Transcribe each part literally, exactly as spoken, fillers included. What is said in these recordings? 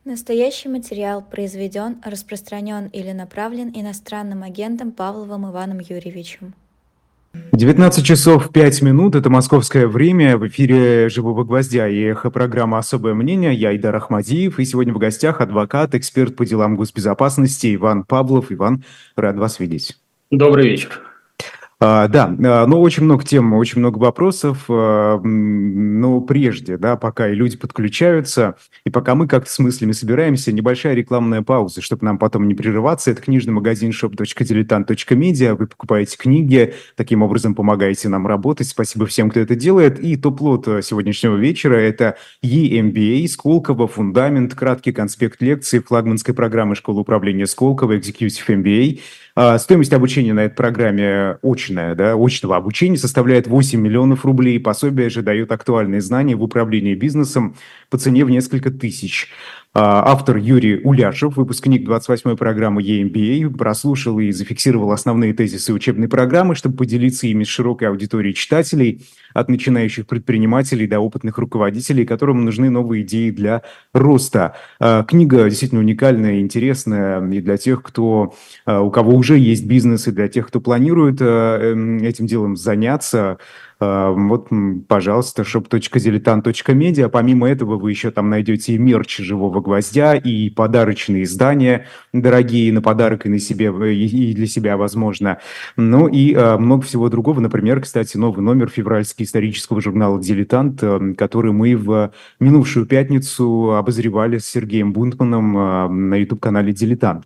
Настоящий материал произведен, распространен или направлен иностранным агентом Павловым Иваном Юрьевичем. девятнадцать часов пять минут, это московское время, в эфире «Живого гвоздя» и эхо-программа «Особое мнение». Я Айдар Ахмадиев, и сегодня в гостях адвокат, эксперт по делам госбезопасности Иван Павлов. Иван, рад вас видеть. Добрый вечер. А, да, но очень много тем, очень много вопросов, а, но прежде, да, пока и люди подключаются, и пока мы как-то с мыслями собираемся, небольшая рекламная пауза, чтобы нам потом не прерываться. Это книжный магазин шоп точка дилетант точка медиа, вы покупаете книги, таким образом помогаете нам работать. Спасибо всем, кто это делает. И топ-лот сегодняшнего вечера – это и эм би эй Сколково, фундамент, краткий конспект лекции флагманской программы школы управления Сколково, Executive эм би эй. А, стоимость обучения на этой программе очная, да, очного обучения составляет восемь миллионов рублей. Пособие же дает актуальные знания в управлении бизнесом по цене в несколько тысяч. А, автор Юрий Уляшев, выпускник двадцать восьмой программы и эм би эй, прослушал и зафиксировал основные тезисы учебной программы, чтобы поделиться ими с широкой аудиторией читателей, от начинающих предпринимателей до опытных руководителей, которым нужны новые идеи для роста. А, книга действительно уникальная, интересная и для тех, кто, а, у кого уже есть бизнес, и для тех, кто планирует а, этим делом заняться. Вот, пожалуйста, шоп точка дилетант точка медиа. Помимо этого, вы еще там найдете и мерч «Живого гвоздя», и подарочные издания дорогие на подарок и на себе, и для себя, возможно. Ну и а, много всего другого. Например, кстати, новый номер февральский исторического журнала «Дилетант», который мы в минувшую пятницу обозревали с Сергеем Бунтманом а, на ютуб-канале «Дилетант».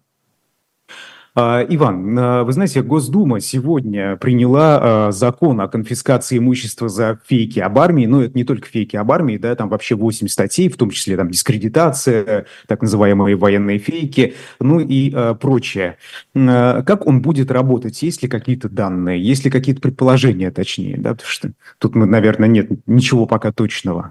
Иван, вы знаете, Госдума сегодня приняла закон о конфискации имущества за фейки об армии. Но это не только фейки об армии, да, там вообще восемь статей, в том числе там дискредитация, так называемые военные фейки, ну и э, прочее. Как он будет работать? Есть ли какие-то данные? Есть ли какие-то предположения, точнее? Да? Потому что тут, наверное, нет ничего пока точного.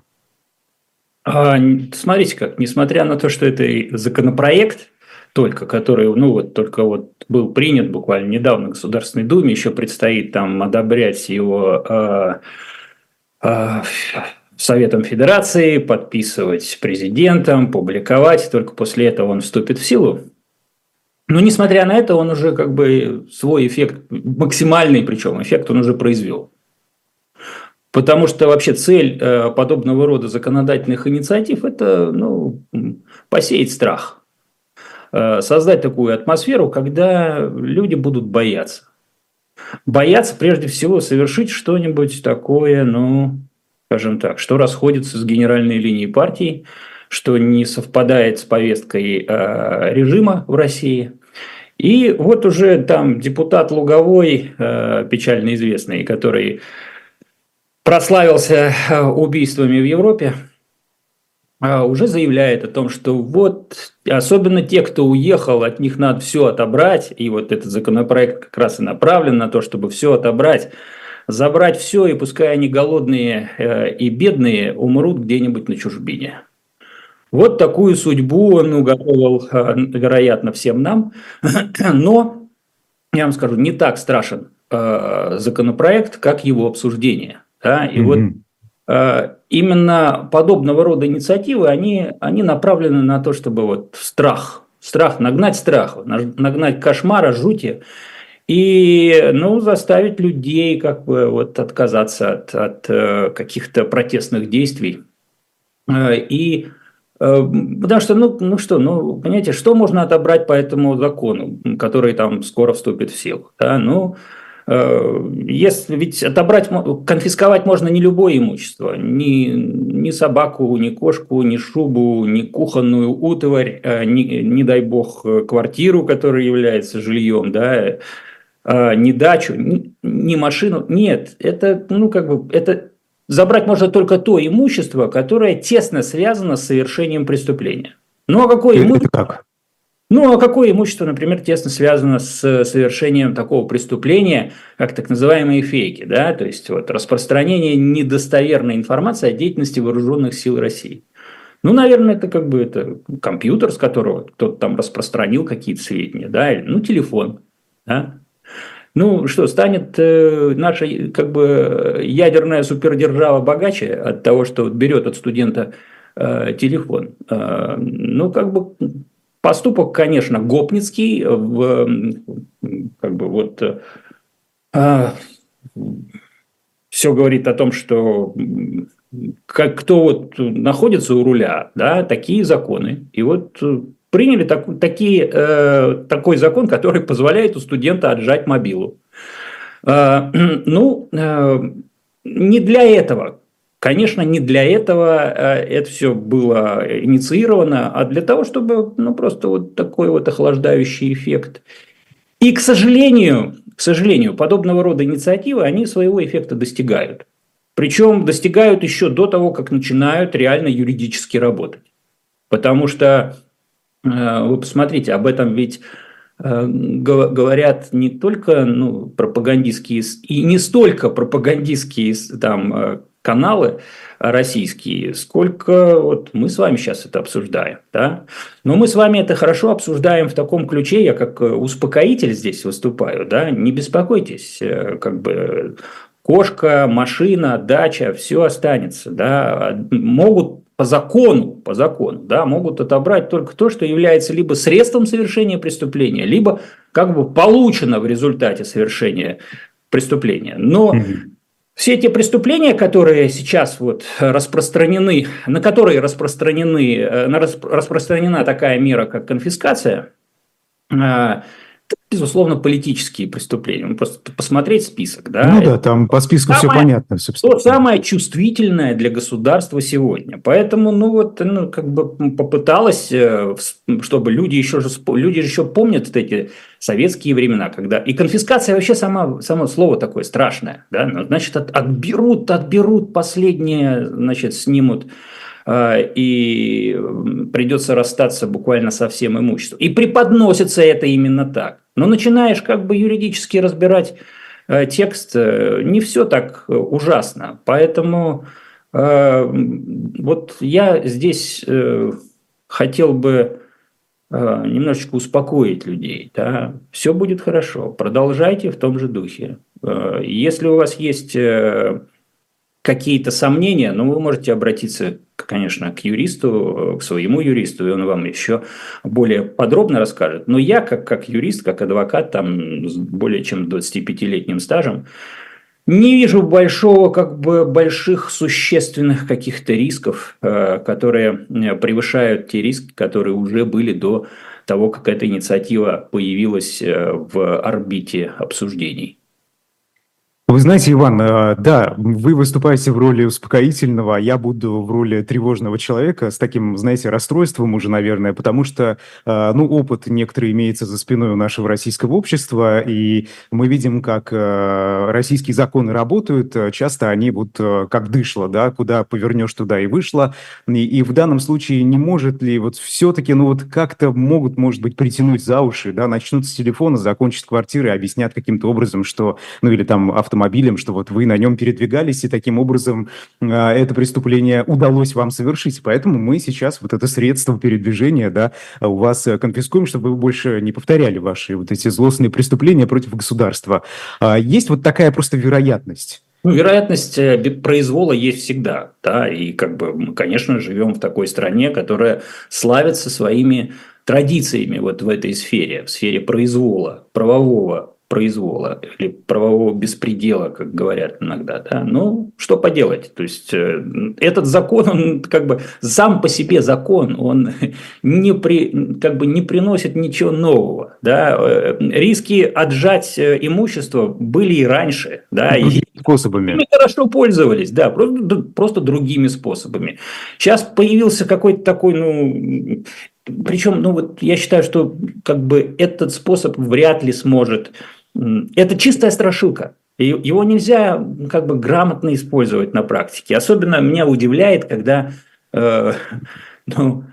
А, смотрите как, несмотря на то, что это законопроект, только, который, ну вот, только вот был принят буквально недавно в Государственной Думе, еще предстоит там одобрять его э, э, Советом Федерации, подписывать президентом, публиковать, только после этого он вступит в силу. Но, несмотря на это, он уже как бы свой эффект, максимальный причем эффект он уже произвел. Потому что вообще цель э, подобного рода законодательных инициатив – это, ну, посеять страх. Создать такую атмосферу, когда люди будут бояться. Бояться, прежде всего, совершить что-нибудь такое, ну, скажем так, что расходится с генеральной линией партии, что не совпадает с повесткой э, режима в России. И вот уже там депутат Луговой, э, печально известный, который прославился убийствами в Европе, уже заявляет о том, что вот особенно те, кто уехал, от них надо все отобрать, и вот этот законопроект как раз и направлен на то, чтобы все отобрать, забрать все, и пускай они голодные и бедные умрут где-нибудь на чужбине. Вот такую судьбу он уготовил, вероятно, всем нам, но, я вам скажу, не так страшен законопроект, как его обсуждение. Да? И mm-hmm. вот именно подобного рода инициативы, они, они направлены на то, чтобы вот страх, страх, нагнать страх, нагнать кошмара, жути, и, ну, заставить людей как бы вот отказаться от, от каких-то протестных действий. И потому что, ну, ну что, ну, понимаете, что можно отобрать по этому закону, который там скоро вступит в силу, да, ну, если ведь отобрать, конфисковать можно не любое имущество, ни, ни собаку, ни кошку, ни шубу, ни кухонную утварь, ни, не дай бог, квартиру, которая является жильем, да, ни дачу, ни, ни машину. Нет, это, ну, как бы, это забрать можно только то имущество, которое тесно связано с совершением преступления. Ну, а какое имущество? Как? Ну, а какое имущество, например, тесно связано с совершением такого преступления, как так называемые фейки, да, то есть вот распространение недостоверной информации о деятельности вооруженных сил России. Ну, наверное, это как бы это компьютер, с которого кто-то там распространил какие-то сведения, да, или, ну, телефон, да. Ну, что, станет э, наша как бы ядерная супердержава богаче от того, что берет от студента э, телефон. Э, ну, как бы поступок, конечно, гопницкий, в, как бы вот э, все говорит о том, что как, кто вот находится у руля, да, такие законы. И вот приняли так, такие, э, такой закон, который позволяет у студента отжать мобилу. Э, ну, э, не для этого. Конечно, не для этого это все было инициировано, а для того, чтобы, ну, просто вот такой вот охлаждающий эффект. И, к сожалению, к сожалению, подобного рода инициативы, они своего эффекта достигают. Причем достигают еще до того, как начинают реально юридически работать. Потому что, вы посмотрите, об этом ведь говорят не только, ну, пропагандистские, и не столько пропагандистские там каналы российские, сколько вот мы с вами сейчас это обсуждаем, да? Но мы с вами это хорошо обсуждаем в таком ключе, я как успокоитель здесь выступаю, да, не беспокойтесь, как бы кошка, машина, дача, все останется, да, могут по закону, по закону, да, могут отобрать только то, что является либо средством совершения преступления, либо как бы получено в результате совершения преступления. Но mm-hmm. все эти преступления, которые сейчас вот распространены, на которые распространены, на распространена такая мера, как конфискация, это, безусловно, политические преступления. Ну, просто посмотреть список. Да? Ну да, там по списку самое, все понятно. Собственно. То самое чувствительное для государства сегодня. Поэтому, ну вот, ну, как бы попыталась, чтобы люди еще, люди еще помнят вот эти советские времена, когда... И конфискация вообще сама, само слово такое страшное. Да? Ну, значит, от, отберут, отберут последнее, значит, снимут, э, и придется расстаться буквально со всем имуществом. И преподносится это именно так. Но начинаешь как бы юридически разбирать э, текст, э, не все так ужасно. Поэтому э, вот я здесь э, хотел бы э, немножечко успокоить людей. Да? Все будет хорошо, продолжайте в том же духе. Э, если у вас есть э, какие-то сомнения, ну, вы можете обратиться, конечно, к юристу, к своему юристу, и он вам еще более подробно расскажет. Но я, как, как юрист, как адвокат, там, с более чем двадцатипятилетним стажем, не вижу большого, как бы, больших существенных каких-то рисков, которые превышают те риски, которые уже были до того, как эта инициатива появилась в орбите обсуждений. Вы знаете, Иван, да, вы выступаете в роли успокоительного, а я буду в роли тревожного человека с таким, знаете, расстройством уже, наверное, потому что, ну, опыт некоторый имеется за спиной у нашего российского общества, и мы видим, как российские законы работают, часто они вот как дышло, да, куда повернешь, туда и вышло, и, и в данном случае не может ли вот все-таки, ну, вот как-то могут, может быть, притянуть за уши, да, начнут с телефона, закончат квартиры, объяснят каким-то образом, что, ну, или там автомобиль, автомобилем, что вот вы на нем передвигались, и таким образом э, это преступление удалось вам совершить. Поэтому мы сейчас вот это средство передвижения, да, у вас конфискуем, чтобы вы больше не повторяли ваши вот эти злостные преступления против государства. А есть вот такая просто вероятность? Ну, вероятность произвола есть всегда, да, и как бы мы, конечно, живем в такой стране, которая славится своими традициями вот в этой сфере, в сфере произвола, правового произвола или правового беспредела, как говорят иногда, да, ну, что поделать, то есть, э, этот закон, он как бы сам по себе закон, он не, при, как бы не приносит ничего нового, да, э, риски отжать имущество были и раньше, да, и способами. Мы хорошо пользовались, да, просто, просто другими способами. Сейчас появился какой-то такой, ну, причем, ну, вот я считаю, что как бы этот способ вряд ли сможет. Это чистая страшилка. Его нельзя как бы грамотно использовать на практике. Особенно меня удивляет, когда э, ну,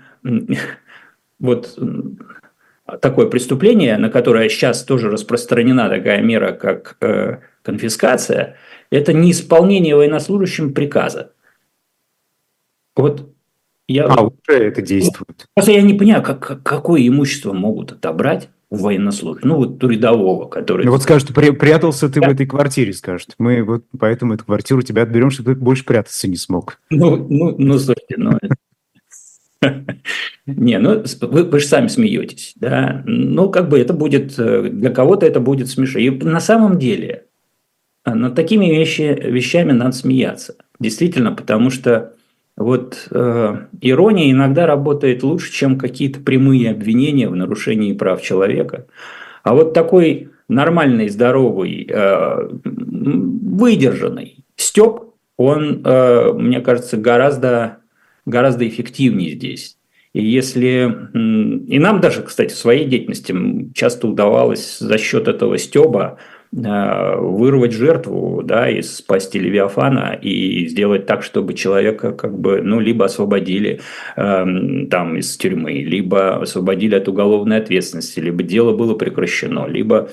вот такое преступление, на которое сейчас тоже распространена такая мера, как э, конфискация, это неисполнение военнослужащим приказа. Вот я, а, уже это действует. Просто я не понимаю, как, какое имущество могут отобрать у военнослужащего, ну вот у рядового, который... Ну вот скажут, при, прятался ты да. в этой квартире, скажут. Мы вот поэтому эту квартиру тебя отберем, чтобы ты больше прятаться не смог. Ну, ну, ну слушайте, ну... Не, ну вы, вы же сами смеетесь, да. Ну, как бы это будет, для кого-то это будет смешно. И на самом деле над такими вещи, вещами надо смеяться. Действительно, потому что вот э, ирония иногда работает лучше, чем какие-то прямые обвинения в нарушении прав человека. А вот такой нормальный, здоровый, э, выдержанный стёб, он, э, мне кажется, гораздо, гораздо эффективнее здесь. И если и нам даже, кстати, в своей деятельности часто удавалось за счет этого стёба вырвать жертву, да, из пасти Левиафана и сделать так, чтобы человека как бы, ну, либо освободили э, там из тюрьмы, либо освободили от уголовной ответственности, либо дело было прекращено, либо,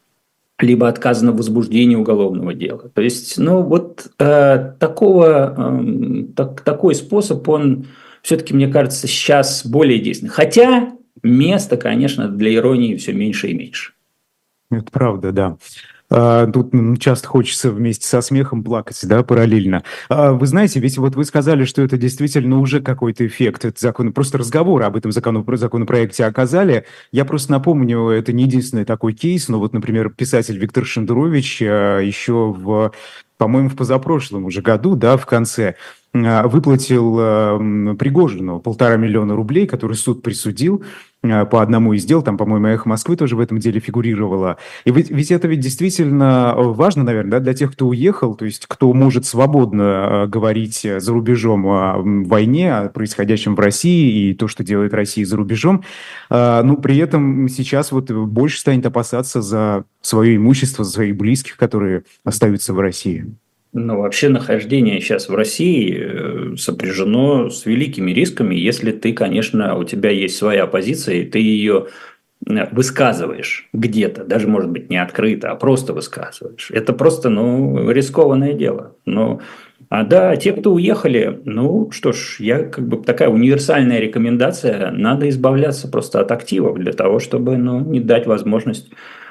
либо отказано в возбуждении уголовного дела. То есть, ну, вот э, такого, э, так, такой способ, он все-таки, мне кажется, сейчас более действенный. Хотя места, конечно, для иронии все меньше и меньше. Это правда, да. Тут часто хочется вместе со смехом плакать, да, параллельно. Вы знаете, ведь вот вы сказали, что это действительно уже какой-то эффект. Это закон, просто разговоры об этом закону, законопроекте оказали. Я просто напомню, это не единственный такой кейс, но вот, например, писатель Виктор Шендерович еще в, по-моему, в позапрошлом уже году, да, в конце, выплатил Пригожину полтора миллиона рублей, который суд присудил по одному из дел, там, по-моему, «Эхо Москвы» тоже в этом деле фигурировало. И ведь, ведь это ведь действительно важно, наверное, да, для тех, кто уехал, то есть кто может свободно говорить за рубежом о войне, о происходящем в России и то, что делает Россия за рубежом, но при этом сейчас вот больше станет опасаться за свое имущество, за своих близких, которые остаются в России. Ну, вообще нахождение сейчас в России сопряжено с великими рисками, если ты, конечно, у тебя есть своя позиция, и ты ее высказываешь где-то, даже, может быть, не открыто, а просто высказываешь. Это просто, ну, рискованное дело. Ну, а да, те, кто уехали, ну, что ж, я как бы такая универсальная рекомендация, надо избавляться просто от активов для того, чтобы, ну, не дать возможность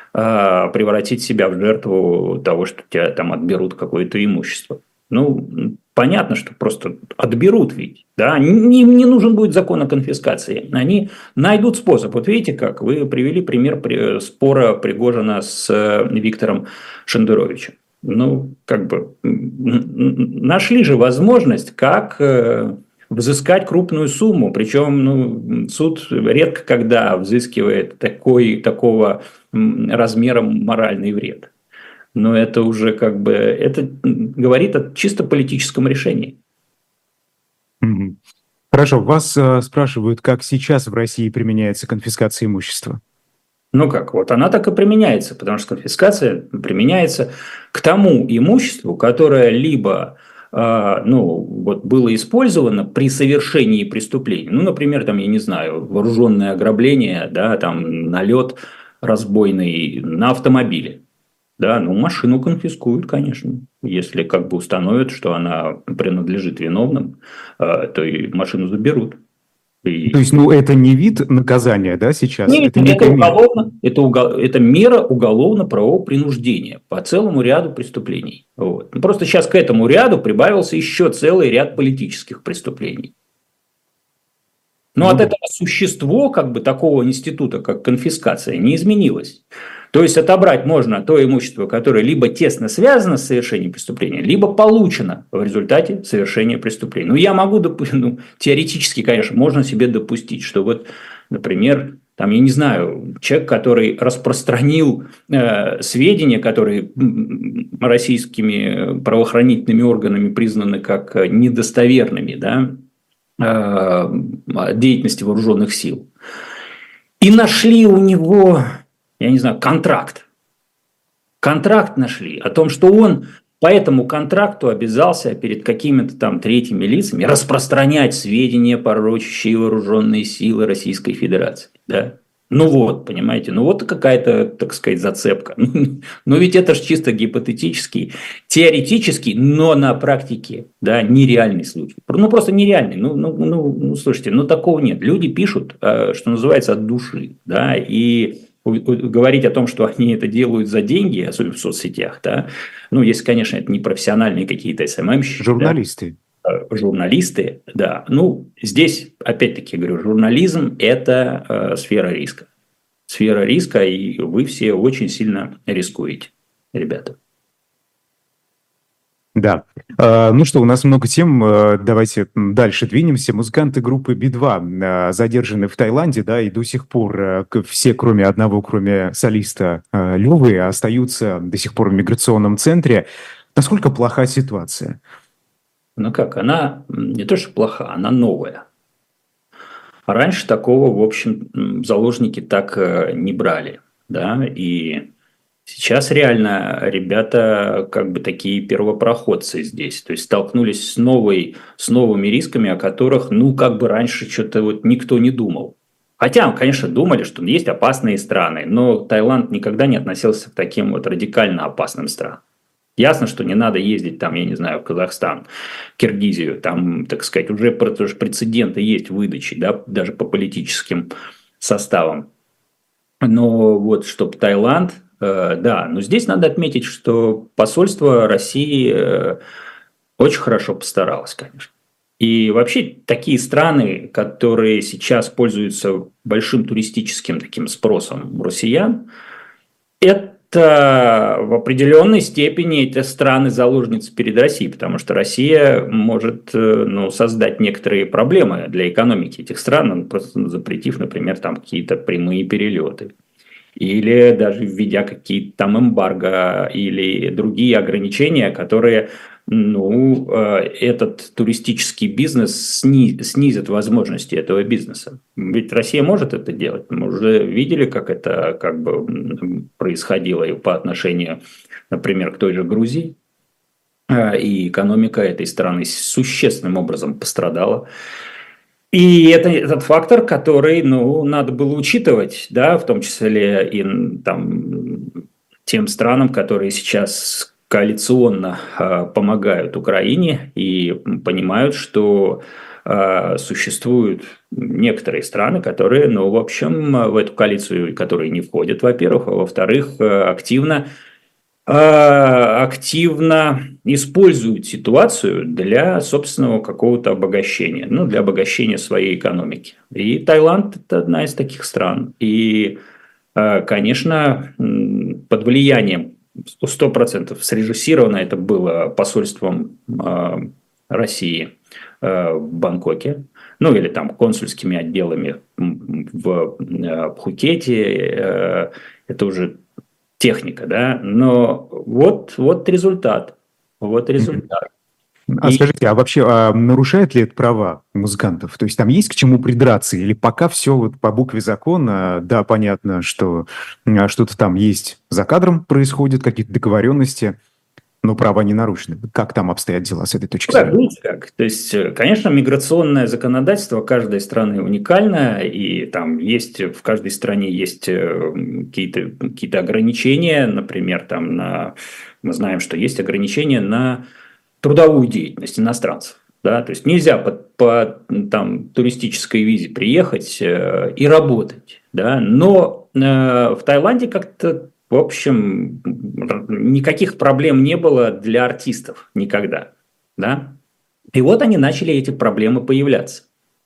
превратить себя в жертву того, что тебя там отберут какое-то имущество. Ну, понятно, что просто отберут ведь. Да? Не, не нужен будет закон о конфискации. Они найдут способ. Вот видите, как вы привели пример спора Пригожина с Виктором Шендеровичем. Ну, как бы нашли же возможность, как взыскать крупную сумму. Причем ну, суд редко когда взыскивает такой, такого размера моральный вред. Но это уже как бы это говорит о чисто политическом решении. Хорошо. Вас э, спрашивают, как сейчас в России применяется конфискация имущества? Ну как, вот она так и применяется, потому что конфискация применяется к тому имуществу, которое либо ну, вот было использовано при совершении преступления. Ну, например, там, я не знаю, вооруженное ограбление, да, там, налет разбойный на автомобиле. Да, ну, машину конфискуют, конечно. Если как бы установят, что она принадлежит виновным, то и машину заберут. И... То есть, ну, это не вид наказания, да, сейчас? Нет, это, не это, уголовно, это, угол, это мера уголовно-правового принуждения по целому ряду преступлений. Вот. Просто сейчас к этому ряду прибавился еще целый ряд политических преступлений. Но ну, от этого существо как бы такого института, как конфискация, не изменилось. То есть отобрать можно то имущество, которое либо тесно связано с совершением преступления, либо получено в результате совершения преступления. Ну, я могу допустить, ну, теоретически, конечно, можно себе допустить, что вот, например, там, я не знаю, человек, который распространил э, сведения, которые российскими правоохранительными органами признаны как недостоверными, да, э, деятельности вооруженных сил, и нашли у него... я не знаю, контракт. Контракт нашли о том, что он по этому контракту обязался перед какими-то там третьими лицами распространять сведения, порочащие вооруженные силы Российской Федерации. Да? Ну вот, понимаете, ну вот какая-то, так сказать, зацепка. Но ведь это же чисто гипотетический, теоретический, но на практике, да, нереальный случай. Ну просто нереальный. Ну, ну, ну, ну слушайте, ну такого нет. Люди пишут, что называется, от души, да, и... говорить о том, что они это делают за деньги, особенно в соцсетях, да, ну, если, конечно, это не профессиональные какие-то эс эм эм-щики. Журналисты. журналисты, да. Ну, здесь, опять-таки, говорю, журнализм – это э, сфера риска. Сфера риска, и вы все очень сильно рискуете, ребята. Да. А, ну что, у нас много тем. А, давайте дальше двинемся. Музыканты группы би два а, задержаны в Таиланде, да, и до сих пор а, все, кроме одного, кроме солиста а, Левы, остаются до сих пор в миграционном центре. Насколько плоха ситуация? Ну как, она не то что плоха, она новая. А раньше такого, в общем, заложники так не брали, да, и сейчас реально ребята как бы такие первопроходцы здесь, то есть столкнулись с новой, с новыми рисками, о которых, ну, как бы раньше что-то вот никто не думал. Хотя, конечно, думали, что есть опасные страны, но Таиланд никогда не относился к таким вот радикально опасным странам. Ясно, что не надо ездить там, я не знаю, в Казахстан, Киргизию, там, так сказать, уже прецеденты есть выдачи, да, даже по политическим составам. Но вот, чтобы Таиланд, э, да, но здесь надо отметить, что посольство России э, очень хорошо постаралось, конечно. И вообще такие страны, которые сейчас пользуются большим туристическим таким спросом у россиян, это в определенной степени это страны-заложницы перед Россией, потому что Россия может ну, создать некоторые проблемы для экономики этих стран, просто запретив, например, там какие-то прямые перелеты. Или даже введя какие-то там эмбарго или другие ограничения, которые ну, этот туристический бизнес снизит возможности этого бизнеса. Ведь Россия может это делать. Мы уже видели, как это как бы происходило и по отношению, например, к той же Грузии. И экономика этой страны существенным образом пострадала. И это этот фактор, который, ну, надо было учитывать, да, в том числе и там, тем странам, которые сейчас коалиционно э, помогают Украине и понимают, что э, существуют некоторые страны, которые, ну, в общем, в эту коалицию, которые не входят, во-первых, а во-вторых, активно активно используют ситуацию для собственного какого-то обогащения, ну, для обогащения своей экономики. И Таиланд – это одна из таких стран. И, конечно, под влиянием сто процентов срежиссировано это было посольством России в Бангкоке, ну, или там консульскими отделами в Пхукете. Это уже техника, да, но вот, вот результат, вот результат. А И... скажите, а вообще а нарушает ли это права музыкантов? То есть там есть к чему придраться? Или пока все вот по букве закона, да, понятно, что что-то там есть за кадром происходит, какие-то договоренности, но права не нарушены. Как там обстоят дела с этой точки зрения? Видите как? То есть, конечно, миграционное законодательство каждой страны уникальное, и там есть, в каждой стране есть какие-то, какие-то ограничения, например, там на, мы знаем, что есть ограничения на трудовую деятельность иностранцев. Да? То есть нельзя по, по там, туристической визе приехать э, и работать. Да? Но э, в Таиланде как-то, в общем, никаких проблем не было для артистов никогда. Да? И вот они начали эти проблемы появляться.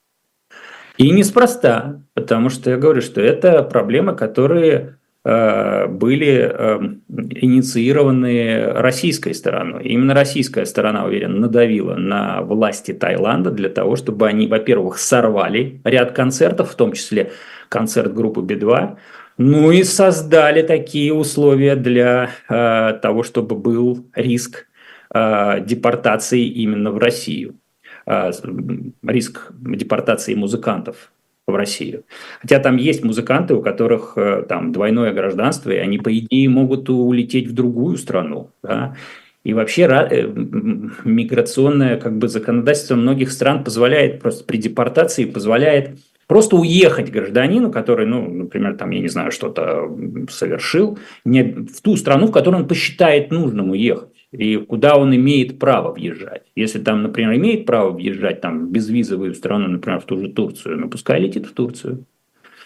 И неспроста, потому что я говорю, что это проблемы, которые э, были э, инициированы российской стороной. И именно российская сторона, уверен, надавила на власти Таиланда для того, чтобы они, во-первых, сорвали ряд концертов, в том числе концерт группы би два, ну и создали такие условия для э, того, чтобы был риск э, депортации именно в Россию. Э, риск депортации музыкантов в Россию. Хотя там есть музыканты, у которых э, там двойное гражданство, и они, по идее, могут улететь в другую страну. Да? И вообще э, миграционное как бы, законодательство многих стран позволяет, просто при депортации позволяет просто уехать гражданину, который, ну, например, там, я не знаю, что-то совершил, не, в ту страну, в которую он посчитает нужным уехать, и куда он имеет право въезжать. Если там, например, имеет право въезжать там, в безвизовую страну, например, в ту же Турцию, ну, пускай летит в Турцию.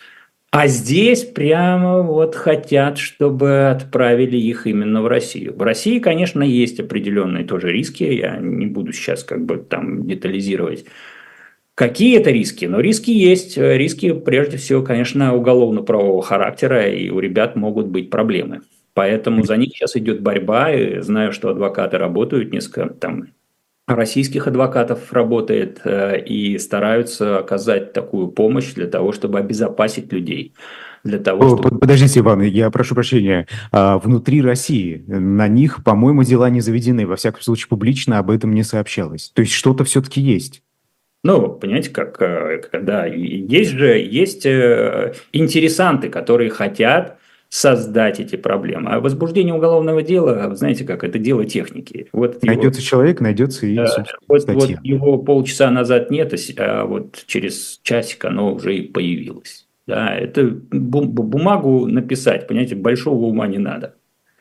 А здесь прямо вот хотят, чтобы отправили их именно в Россию. В России, конечно, есть определенные тоже риски. Я не буду сейчас как бы там детализировать, какие это риски. Но риски есть. Риски, прежде всего, конечно, уголовно-правового характера, и у ребят могут быть проблемы. Поэтому за них сейчас идет борьба. И знаю, что адвокаты работают, несколько там российских адвокатов работает, и стараются оказать такую помощь для того, чтобы обезопасить людей. Для того, О, чтобы... под- Подождите, Иван, я прошу прощения. А, внутри России на них, по-моему, дела не заведены. Во всяком случае, публично об этом не сообщалось. То есть что-то все-таки есть. Ну, понимаете, как, э, когда есть же есть э, интересанты, которые хотят создать эти проблемы. А возбуждение уголовного дела, вы знаете, как это дело техники. Вот его, Найдется человек, найдется и, э, собственно, вот, вот статья. его полчаса назад нет, а с- а вот через часик оно уже и появилось. Да, это бум- бумагу написать, понимаете, большого ума не надо.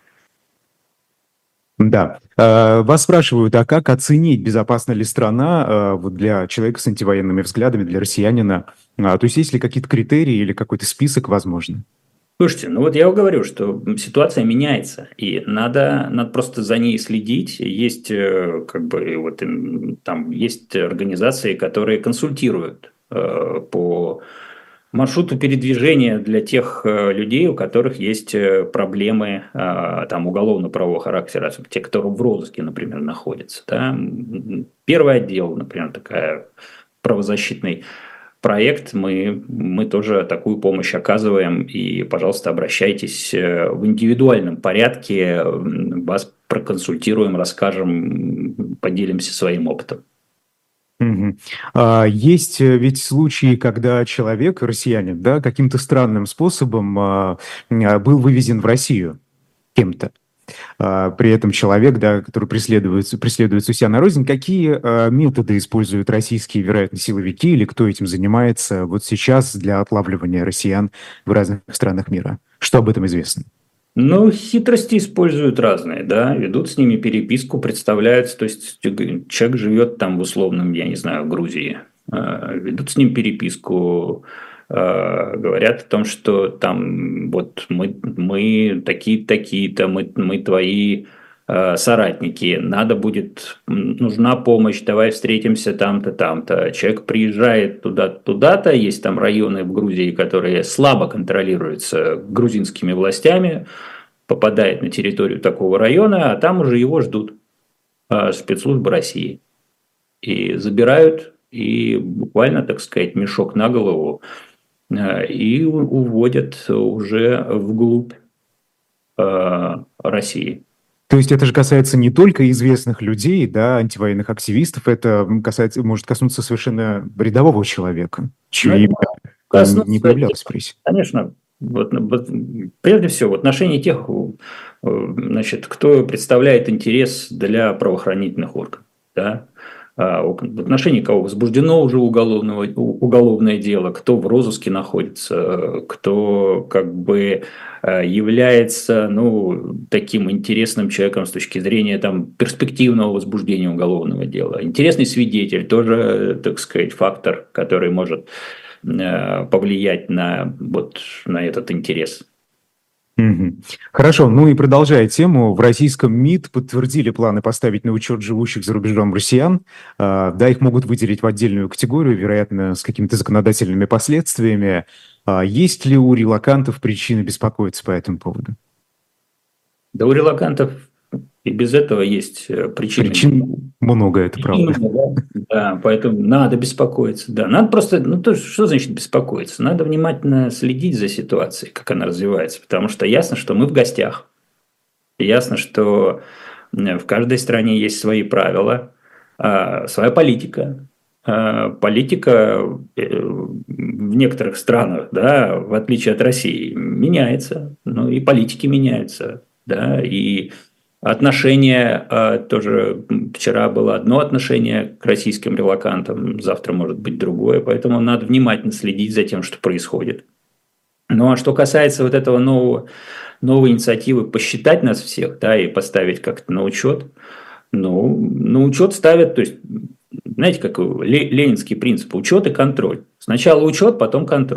Да. А, Вас спрашивают, а как оценить, безопасна ли страна а, вот для человека с антивоенными взглядами, для россиянина? А, То есть есть ли какие-то критерии или какой-то список возможно? Слушайте, ну вот я говорю, что ситуация меняется, и надо, надо просто за ней следить. Есть э, как бы вот м, там есть организации, которые консультируют э, по маршруту передвижения для тех э, людей, у которых есть э, проблемы э, там уголовно-правового характера, особенно те, которые в розыске, например, находятся. Да? М, Первый отдел, например, такая правозащитный проект, мы, мы тоже такую помощь оказываем. И, пожалуйста, обращайтесь э, в индивидуальном порядке, м, вас проконсультируем, расскажем, поделимся своим опытом. Мгм. А, Есть э, ведь случаи, когда человек, россиянин, да, каким-то странным способом а, а, был вывезен в Россию кем-то. А, При этом человек, да, который преследуется, преследуется у себя на родине, какие а, методы используют российские, вероятно, силовики или кто этим занимается вот сейчас для отлавливания россиян в разных странах мира? Что об этом известно? Ну, хитрости используют разные, да, ведут с ними переписку, представляются, то есть человек живет там в условном, я не знаю, в Грузии, э, ведут с ним переписку, э, говорят о том, что там вот мы, мы такие-то, такие-то, мы, мы твои э, соратники, надо будет, м, нужна помощь, давай встретимся там-то, там-то. Человек приезжает туда, туда-то, есть там районы в Грузии, которые слабо контролируются грузинскими властями, попадает на территорию такого района, а там уже его ждут э, спецслужбы России. И забирают, и буквально, так сказать, мешок на голову, э, и у- уводят уже вглубь э, России. То есть это же касается не только известных людей, да, антивоенных активистов, это м, касается, может коснуться совершенно рядового человека, Но чье это имя не коснуться, появлялось в прессе. конечно, вот, ну, вот, прежде всего в отношении тех, э, значит, кто представляет интерес для правоохранительных органов. Да? А, в отношении кого возбуждено уже уголовного, уголовное дело, кто в розыске находится, кто как бы э, является ну, таким интересным человеком с точки зрения там, перспективного возбуждения уголовного дела. Интересный свидетель тоже, так сказать, фактор, который может э, повлиять на, вот, на этот интерес. Мгм. Хорошо, ну и продолжая тему, в российском МИД подтвердили планы поставить на учет живущих за рубежом россиян. А, Да, их могут выделить в отдельную категорию, вероятно, с какими-то законодательными последствиями. А Есть ли у релокантов причины беспокоиться по этому поводу? Да у релокантов и без этого есть э, причины. Причин много, это Причин правда. много, да, Да, поэтому надо беспокоиться. Да, надо просто, ну то, что значит беспокоиться? Надо внимательно следить за ситуацией, как она развивается, потому что ясно, что мы в гостях. Ясно, что э, в каждой стране есть свои правила, а, своя политика. А, Политика э, в некоторых странах, да, в отличие от России, меняется. Ну и политики меняются, да, и отношение а, тоже м, вчера было одно отношение к российским релокантам, завтра может быть другое, поэтому надо внимательно следить за тем, что происходит. Ну а что касается вот этого нового новой инициативы посчитать нас всех, да, и поставить как-то на учет, ну, на учет ставят, то есть, знаете, как ленинский принцип, учет и контроль. Сначала учет, потом контроль.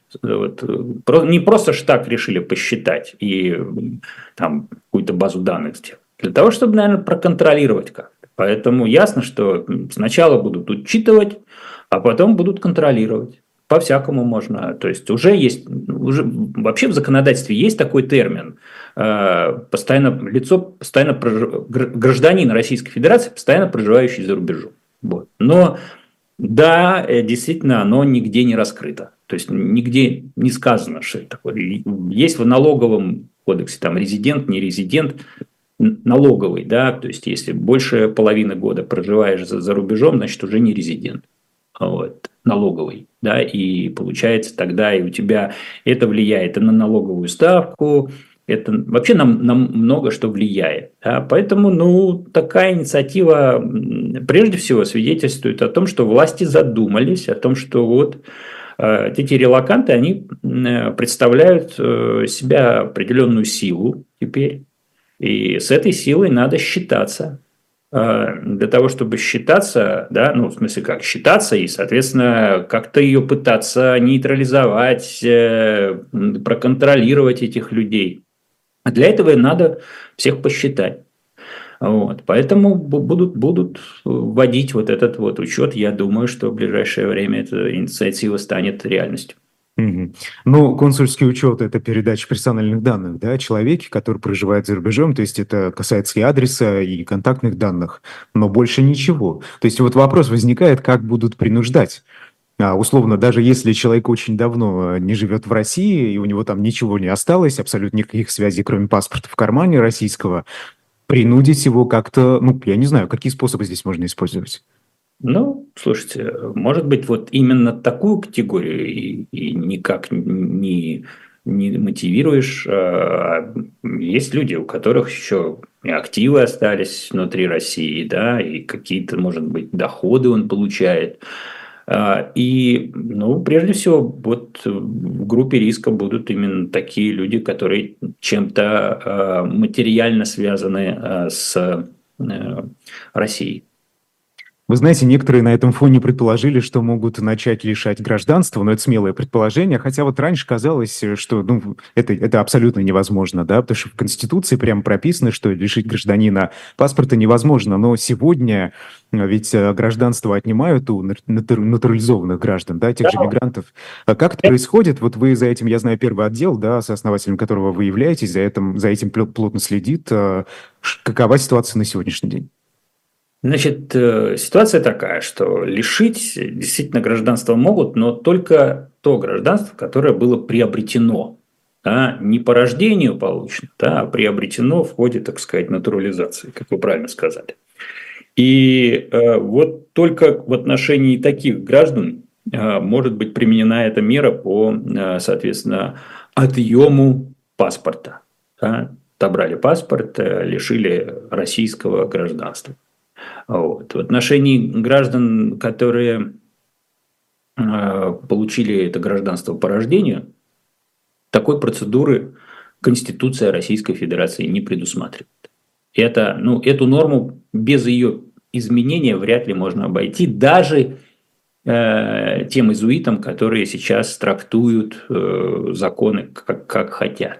Вот, не просто ж так решили посчитать и там какую-то базу данных сделать. Для того, чтобы, наверное, проконтролировать как-то. Поэтому ясно, что сначала будут учитывать, а потом будут контролировать. По-всякому можно. То есть уже есть, уже вообще в законодательстве есть такой термин. Постоянно, лицо, постоянно гражданин Российской Федерации, постоянно проживающий за рубежом. Вот. Но да, действительно, оно нигде не раскрыто. То есть нигде не сказано, что это такое. Есть в налоговом кодексе там резидент, не резидент, налоговый, да, то есть если больше половины года проживаешь за, за рубежом, значит уже не резидент, вот, налоговый, да, и получается тогда и у тебя это влияет и на налоговую ставку, это вообще нам, нам много что влияет, да, поэтому, ну, такая инициатива прежде всего свидетельствует о том, что власти задумались, о том, что вот эти релоканты, они представляют себя определенную силу теперь, и с этой силой надо считаться. Для того, чтобы считаться, да, ну, в смысле, как считаться, и, соответственно, как-то ее пытаться нейтрализовать, проконтролировать этих людей. А для этого надо всех посчитать. Вот. Поэтому будут, будут вводить вот этот вот учет. Я думаю, что в ближайшее время эта инициатива станет реальностью. Угу. Ну, консульский учет – это передача персональных данных, да, человеке, который проживает за рубежом, то есть это касается и адреса, и контактных данных, но больше ничего. То есть вот вопрос возникает, как будут принуждать. А, условно, даже если человек очень давно не живет в России, и у него там ничего не осталось, абсолютно никаких связей, кроме паспорта в кармане российского, принудить его как-то, ну, я не знаю, какие способы здесь можно использовать? Ну, слушайте, может быть, вот именно такую категорию и, и никак не, не мотивируешь. Есть люди, у которых еще и активы остались внутри России, да, и какие-то, может быть, доходы он получает. И, ну, прежде всего, вот в группе риска будут именно такие люди, которые чем-то материально связаны с Россией. Вы знаете, некоторые на этом фоне предположили, что могут начать лишать гражданства, но это смелое предположение, хотя вот раньше казалось, что ну, это, это абсолютно невозможно, да, потому что в Конституции прямо прописано, что лишить гражданина паспорта невозможно, но сегодня ведь гражданство отнимают у натурализованных граждан, да, тех же мигрантов. А как это происходит? Вот вы за этим, я знаю, первый отдел, да, сооснователем которого вы являетесь, за этим, за этим плотно следит. Какова ситуация на сегодняшний день? Значит, ситуация такая, что лишить действительно гражданства могут, но только то гражданство, которое было приобретено. Да, не по рождению получено, да, а приобретено в ходе, так сказать, натурализации, как вы правильно сказали. И э, вот только в отношении таких граждан э, может быть применена эта мера по, э, соответственно, отъему паспорта. Да. Отобрали паспорт, э, лишили российского гражданства. Вот. В отношении граждан, которые э, получили это гражданство по рождению, такой процедуры Конституция Российской Федерации не предусматривает. Это, ну, эту норму без ее изменения вряд ли можно обойти, даже э, тем изуитам, которые сейчас трактуют э, законы как, как хотят.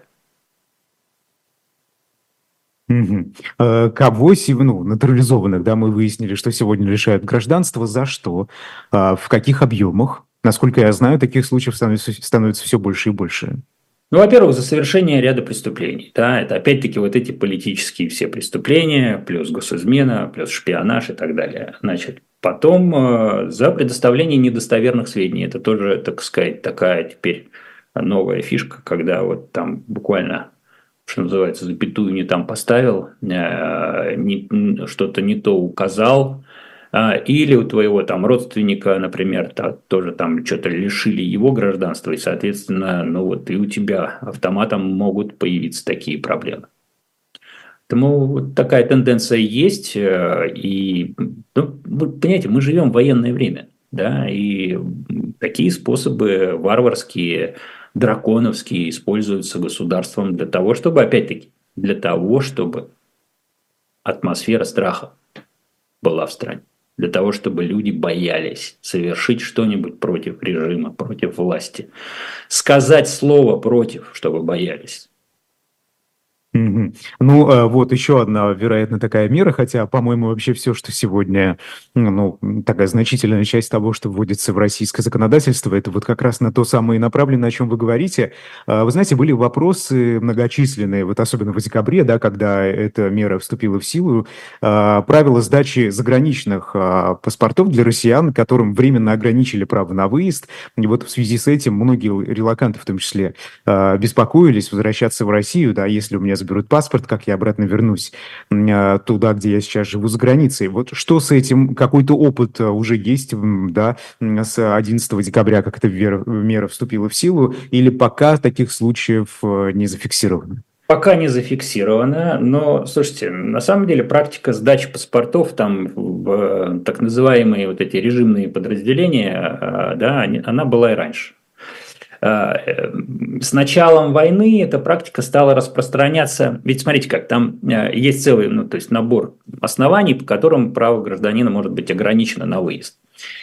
Угу. Кого, ну, натурализованных, да, мы выяснили, что сегодня лишают гражданства, за что, в каких объемах? Насколько я знаю, таких случаев становится, становится все больше и больше. Ну, во-первых, за совершение ряда преступлений. Да, это опять-таки вот эти политические все преступления, плюс госизмена, плюс шпионаж и так далее. Значит, потом э, за предоставление недостоверных сведений. Это тоже, так сказать, такая теперь новая фишка, когда вот там буквально, что называется, запятую не там поставил, э, не, что-то не то указал, э, или у твоего там родственника, например, та, тоже там что-то лишили его гражданства, и, соответственно, ну вот и у тебя автоматом могут появиться такие проблемы. Поэтому вот такая тенденция есть, э, и, ну, вы понимаете, мы живем в военное время, да, и такие способы варварские, драконовские используются государством для того, чтобы, опять-таки, для того, чтобы атмосфера страха была в стране. для того, чтобы люди боялись совершить что-нибудь против режима, против власти. Сказать слово против, чтобы боялись. Мгм. Ну, э, вот еще одна, вероятно, такая мера, хотя, по-моему, вообще все, что сегодня, ну, м, такая значительная часть того, что вводится в российское законодательство, это вот как раз на то самое и направлено, о чем вы говорите. А, Вы знаете, были вопросы многочисленные, вот особенно в декабре, да, когда эта мера вступила в силу, а, правила сдачи заграничных а, паспортов для россиян, которым временно ограничили право на выезд. И вот в связи с этим многие релоканты, в том числе, а, беспокоились возвращаться в Россию, да, если у меня заберут паспорт, как я обратно вернусь м, туда, где я сейчас живу, за границей. Вот что с этим, какой-то опыт а, уже есть, м, да, м, с одиннадцатого декабря, как эта вера- мера вступила в силу, или пока таких случаев э, не зафиксировано? Пока не зафиксировано, но, слушайте, на самом деле практика сдачи паспортов там в э, так называемые вот эти режимные подразделения, э, да, они- она была и раньше. Э, э, С началом войны эта практика стала распространяться. Ведь смотрите как, там э, есть целый, ну, то есть набор оснований, по которым право гражданина может быть ограничено на выезд.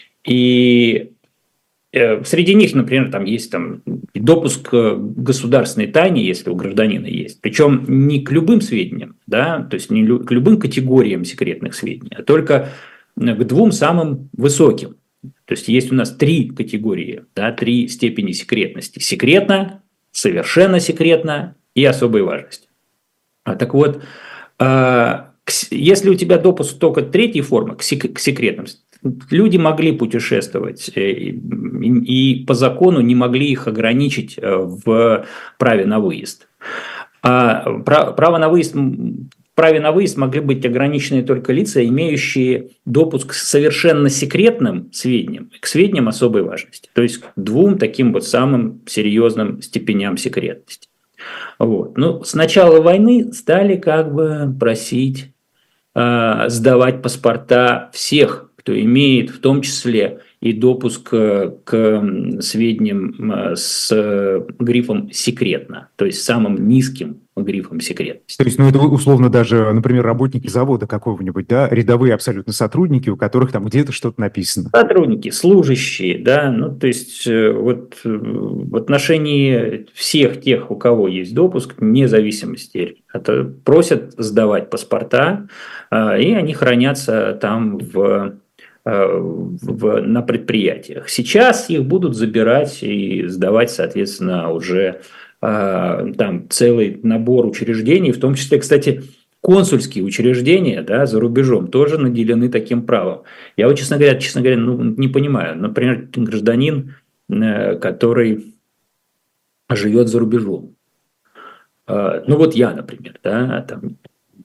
И э, среди них, например, там есть там, допуск к государственной тайне, если у гражданина есть. Причем не к любым сведениям, да, то есть не лю- к любым категориям секретных сведений, а только к двум самым высоким. То есть есть у нас три категории, да, три степени секретности. Секретно, совершенно секретно и особой важности. А так вот, а, к с- если у тебя допуск только третьей формы, к, сек- к секретным, люди могли путешествовать э, и, и по закону не могли их ограничить э, в праве на выезд. А пра- право на выезд, м, в праве на выезд могли быть ограничены только лица, имеющие допуск к совершенно секретным сведениям, к сведениям особой важности. То есть к двум таким вот самым серьезным степеням секретности. Вот. Ну, с начала войны стали как бы просить э, сдавать паспорта всех, кто имеет в том числе и допуск э, к м, сведениям э, с э, грифом «секретно», то есть самым низким грифом То секретности. есть, ну, это условно даже, например, работники завода какого-нибудь, да, рядовые абсолютно сотрудники, у которых там где-то что-то написано. Сотрудники, служащие, да, ну, то есть э, вот э, в отношении всех тех, у кого есть допуск, вне зависимости, это просят сдавать паспорта, э, и они хранятся там в, э, в- на предприятиях. Сейчас их будут забирать и сдавать, соответственно, уже э, там целый набор учреждений, в том числе, кстати, консульские учреждения, да, за рубежом тоже наделены таким правом. Я вот, честно говоря, честно говоря, ну, не понимаю. Например, гражданин, э, который живет за рубежом. Э, Ну вот я, например, да, там,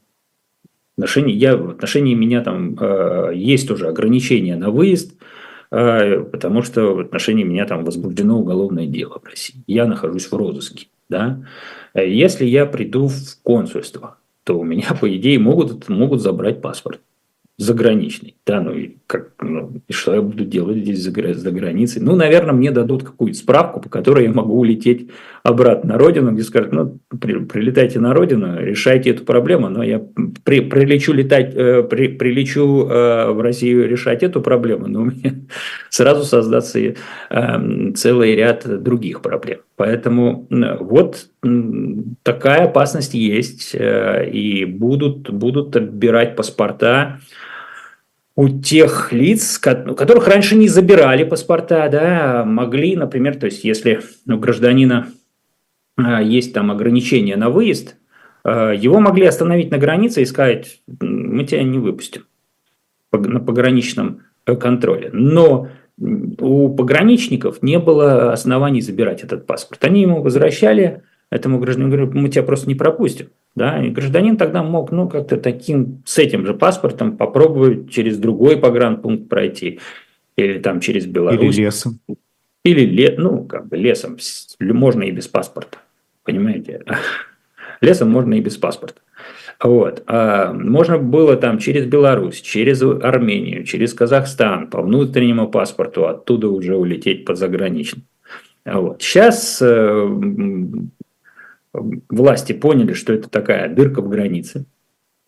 в отношении, я, в отношении меня там э, есть тоже ограничения на выезд, э, потому что в отношении меня там возбуждено уголовное дело в России. Я нахожусь в розыске, да. Э, Если я приду в консульство, то у меня, по идее, могут, могут забрать паспорт заграничный. Да, ну и, как, ну, и что я буду делать здесь за, гра- за границей? Ну, наверное, мне дадут какую-то справку, по которой я могу улететь обратно на родину, где скажут, ну, при- прилетайте на родину, решайте эту проблему, но я при- прилечу, летать, э, при- прилечу э, в Россию решать эту проблему, но у меня сразу создаться э, целый ряд других проблем. Поэтому э, вот м, такая опасность есть, э, и будут, будут отбирать паспорта у тех лиц, ко- у которых раньше не забирали паспорта, да, могли, например, то есть если у гражданина а, есть там ограничения на выезд, а, его могли остановить на границе и сказать, «М, мы тебя не выпустим пог- на пограничном э, контроле». Но м, у пограничников не было оснований забирать этот паспорт. Они ему возвращали, этому гражданину говорят, мы тебя просто не пропустим. Да, и гражданин тогда мог, ну, как-то таким, с этим же паспортом попробовать через другой погранпункт пройти, или там через Или Беларусь, лесом. или ле, ну, как бы лесом, с- можно и без паспорта, понимаете? Лесом можно и без паспорта. Вот. А можно было там через Беларусь, через Армению, через Казахстан по внутреннему паспорту, оттуда уже улететь под заграничным. Вот. Сейчас власти поняли, что это такая дырка в границе.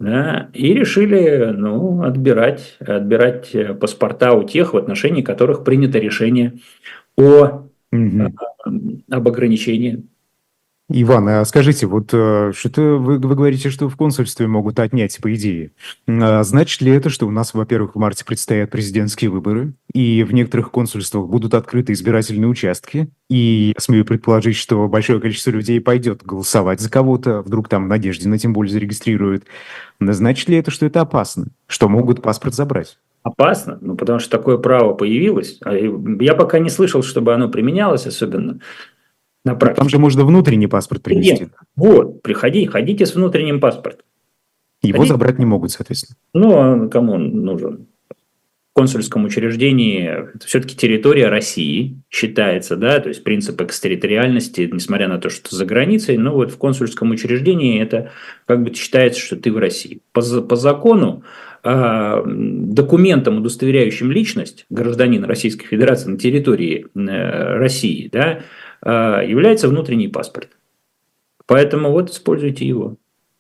да, и решили, ну, отбирать, отбирать паспорта у тех, в отношении которых принято решение о, Мгм. об ограничении. Иван, а скажите, вот э, что-то вы, вы говорите, что в консульстве могут отнять, по идее. А значит ли это, что у нас, во-первых, в марте предстоят президентские выборы, и в некоторых консульствах будут открыты избирательные участки, и я смею предположить, что большое количество людей пойдет голосовать за кого-то, вдруг там Надеждина тем более зарегистрируют. Но значит ли это, что это опасно, что могут паспорт забрать? Опасно, ну, потому что такое право появилось. А я пока не слышал, чтобы оно применялось, особенно на Ну, там практике. же можно внутренний паспорт Нет, принести. вот, приходи, ходите с внутренним паспортом. Его Ходите. забрать не могут, соответственно. Ну, а кому он нужен? В консульском учреждении это все-таки территория России считается, да, то есть принцип экстерриториальности, несмотря на то, что за границей, но вот в консульском учреждении это как бы считается, что ты в России. По, по закону э, документом, удостоверяющим личность гражданина Российской Федерации на территории э, России, да, э, является внутренний паспорт. Поэтому вот используйте его.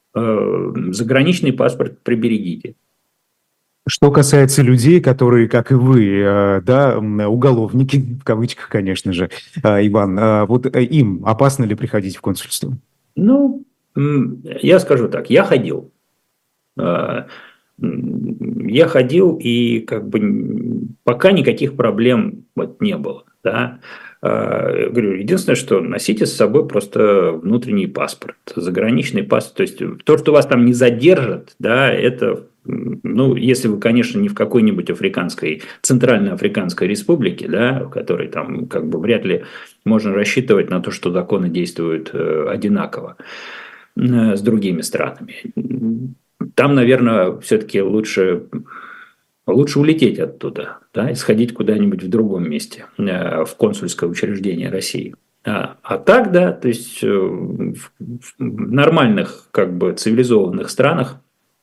Э, заграничный паспорт приберегите. Что касается людей, которые, как и вы, э, да, м, уголовники, в кавычках, конечно же, э, Иван, э, вот э, им опасно ли приходить в консульство? Ну, м, я скажу так, я ходил. Э, м, Я ходил, и как бы м, пока никаких проблем вот не было. Да? Э, Говорю, единственное, что носите с собой просто внутренний паспорт, заграничный паспорт. То есть то, что вас там не задержат, да, это, м, ну, если вы, конечно, не в какой-нибудь африканской, Центральной Африканской Республике, да, в которой там как бы вряд ли можно рассчитывать на то, что законы действуют э, одинаково э, с другими странами. Там, наверное, все-таки лучше, лучше улететь оттуда, да, и сходить куда-нибудь в другом месте, э, в консульское учреждение России. А, а так, да, то есть э, в, в нормальных, как бы цивилизованных странах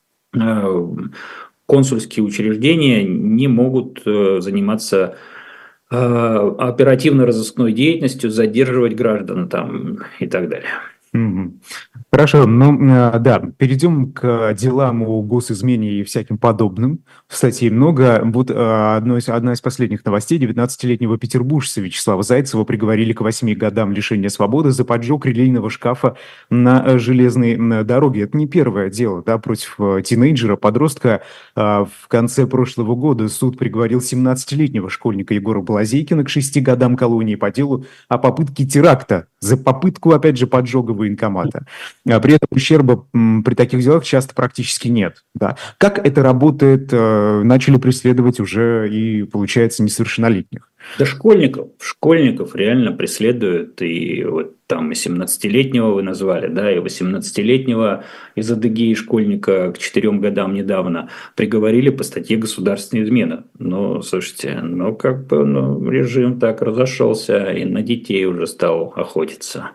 э, консульские учреждения не могут э, заниматься э, оперативно-розыскной деятельностью, задерживать граждан там и так далее. Мгм. Хорошо, ну э, да, перейдем к делам о госизмене и всяким подобным. Статей много. Вот э, одно из, одна из последних новостей. девятнадцатилетнего петербуржца Вячеслава Зайцева приговорили к восьми годам лишения свободы за поджог релейного шкафа на э, железной м, дороге. Это не первое дело, да, против э, тинейджера, подростка. Э, В конце прошлого года суд приговорил семнадцатилетнего школьника Егора Балазейкина к шести годам колонии по делу о попытке теракта за попытку, опять же, поджога военкомата. А При этом ущерба м, при таких делах часто практически нет. Да. Как это работает, э, начали преследовать уже и, получается, несовершеннолетних. Да школьников, школьников реально преследуют, и вот там и семнадцатилетнего вы назвали, да, и восемнадцатилетнего из Адыгеи школьника к четырем годам недавно приговорили по статье «Государственная измена». Ну, слушайте, ну как бы ну, режим так разошелся и на детей уже стал охотиться.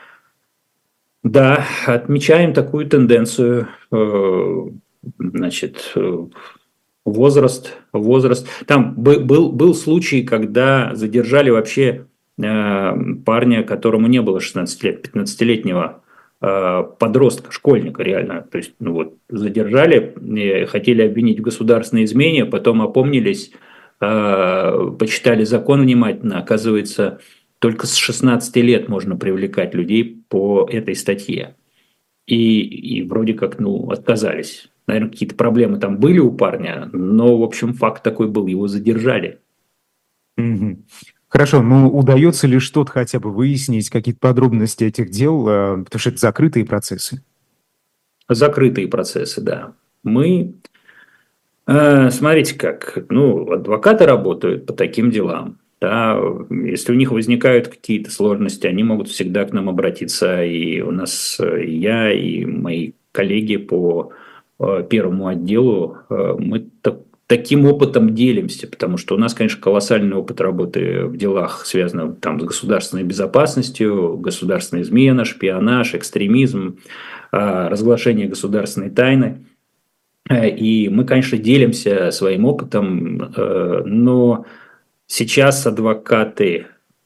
Да, отмечаем такую тенденцию, э, значит, э, возраст, возраст. Там бы- был, был случай, когда задержали вообще э, парня, которому не было шестнадцати лет, пятнадцатилетнего э, подростка, школьника реально. То есть, ну вот, задержали, э, хотели обвинить в государственной измене, потом опомнились, э, почитали закон внимательно. Оказывается, только с шестнадцати лет можно привлекать людей по этой статье. И, и вроде как, ну, отказались. Наверное, какие-то проблемы там были у парня, но, в общем, факт такой был, его задержали. Мгм. Хорошо, ну удается ли что-то хотя бы выяснить, какие-то подробности этих дел, э, потому что это закрытые процессы? Закрытые процессы, да. Мы, э, смотрите как, ну, адвокаты работают по таким делам. Да, если у них возникают какие-то сложности, они могут всегда к нам обратиться. И у нас э, и я, и мои коллеги по э, первому отделу, э, мы так- таким опытом делимся, потому что у нас, конечно, колоссальный опыт работы в делах, связанных там, с государственной безопасностью, государственная измена, шпионаж, экстремизм, э, разглашение государственной тайны. Э, И мы, конечно, делимся своим опытом, э, но сейчас адвокаты